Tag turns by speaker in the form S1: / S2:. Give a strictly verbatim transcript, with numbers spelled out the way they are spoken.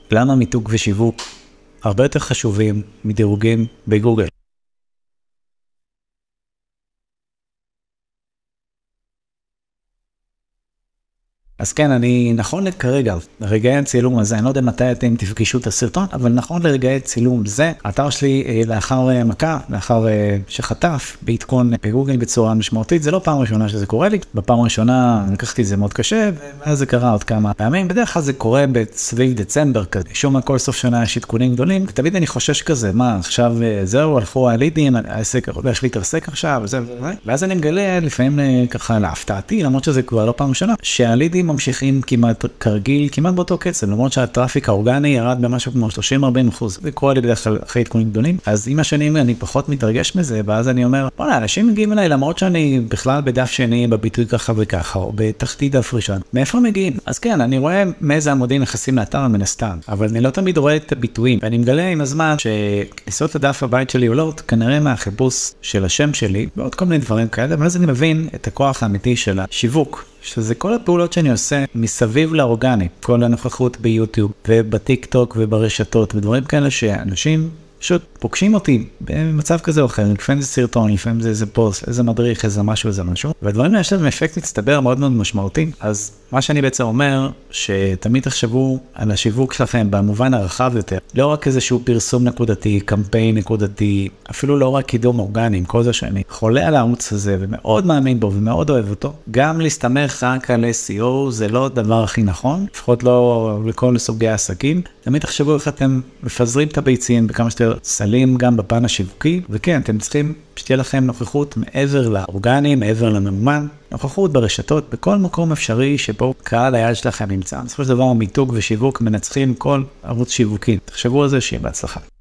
S1: למה מיתוג ושיווק הרבה יותר חשובים מדירוגים בגוגל? אז כן, אני נכון לכרגע, לרגעי הצילום הזה, אני לא יודע מתי אתם תפגישו את הסרטון, אבל נכון לרגעי צילום זה, האתר שלי לאחר מכה, לאחר שחטף בעדכון בגוגל בצורה משמעותית, זה לא פעם ראשונה שזה קורה לי, בפעם הראשונה לקחתי את זה מאוד קשה, ואז זה קרה עוד כמה פעמים, בדרך כלל זה קורה בסביב דצמבר כזה, שום מה כל סוף שנה יש עדכונים גדולים, ותמיד אני חושש כזה, מה עכשיו זהו, הלכו הלידים, העסק, יש לי תרסק עכשיו, וזה וזה, ואז אני מגלה לפעמים ככה להפתעתי, למרות שזה כבר לא פעם ראשונה, שהלידים ממשיכים כמעט כרגיל, כמעט באותו קצב, למרות שהטראפיק האורגני ירד במשהו כמו שלושים ארבעים אחוז. זה קורה לי בדרך כלל אחרי עדכונים גדולים. אז עם השנים אני פחות מתרגש מזה, ואז אני אומר, בוא'נה, אנשים מגיעים אליי, למרות שאני בכלל בדף שני, בביטוי ככה וככה, או בתחתית דף ראשון. מאיפה מגיעים? אז כן, אני רואה מאיזה עמודים נכנסים לאתר מן הסתם, אבל אני לא תמיד רואה את הביטויים. ואני מגלה עם הזמן שכניסות לדף הבית שלי עולות, כנראה מהחיפוש של השם שלי, ועוד כל מיני דברים כאלה, ואז אני מבין את הכוח האמיתי של השיווק. שזה כל הפעולות שאני עושה מסביב לאורגני, כל הנוכחות ביוטיוב ובטיק טוק וברשתות ודברים כאלה שאנשים פשוט פוגשים אותי במצב כזה או אחר, לפעמים זה סרטון, לפעמים זה איזה פוסט, איזה מדריך, איזה משהו, איזה משהו, והדברים האלה יש להם אפקט מצטבר מאוד מאוד משמעותי. אז מה שאני בעצם אומר, שתמיד תחשבו על השיווק שלכם במובן הרחב יותר, לא רק איזשהו פרסום נקודתי, קמפיין נקודתי, אפילו לא רק קידום אורגני, עם כל זה שאני חולה על הערוץ הזה ומאוד מאמין בו ומאוד אוהב אותו, גם להסתמך רק על אס אי או זה לא הדבר הכי נכון, לפחות לא לכל סוגי העסקים. תמיד תחשבו איך אתם מפזרים את הביצים בכמה שיותר סלים גם בפן השיווקי, וכן, אתם צריכים שתהיה לכם נוכחות מעבר לאורגני, מעבר לממומן, נוכחות ברשתות, בכל מקום אפשרי שבו קהל היעד שלכם נמצא. בסופו של דבר, מיתוג ושיווק מנצחים כל ערוץ שיווקי. תחשבו על זה, שיהיה בהצלחה.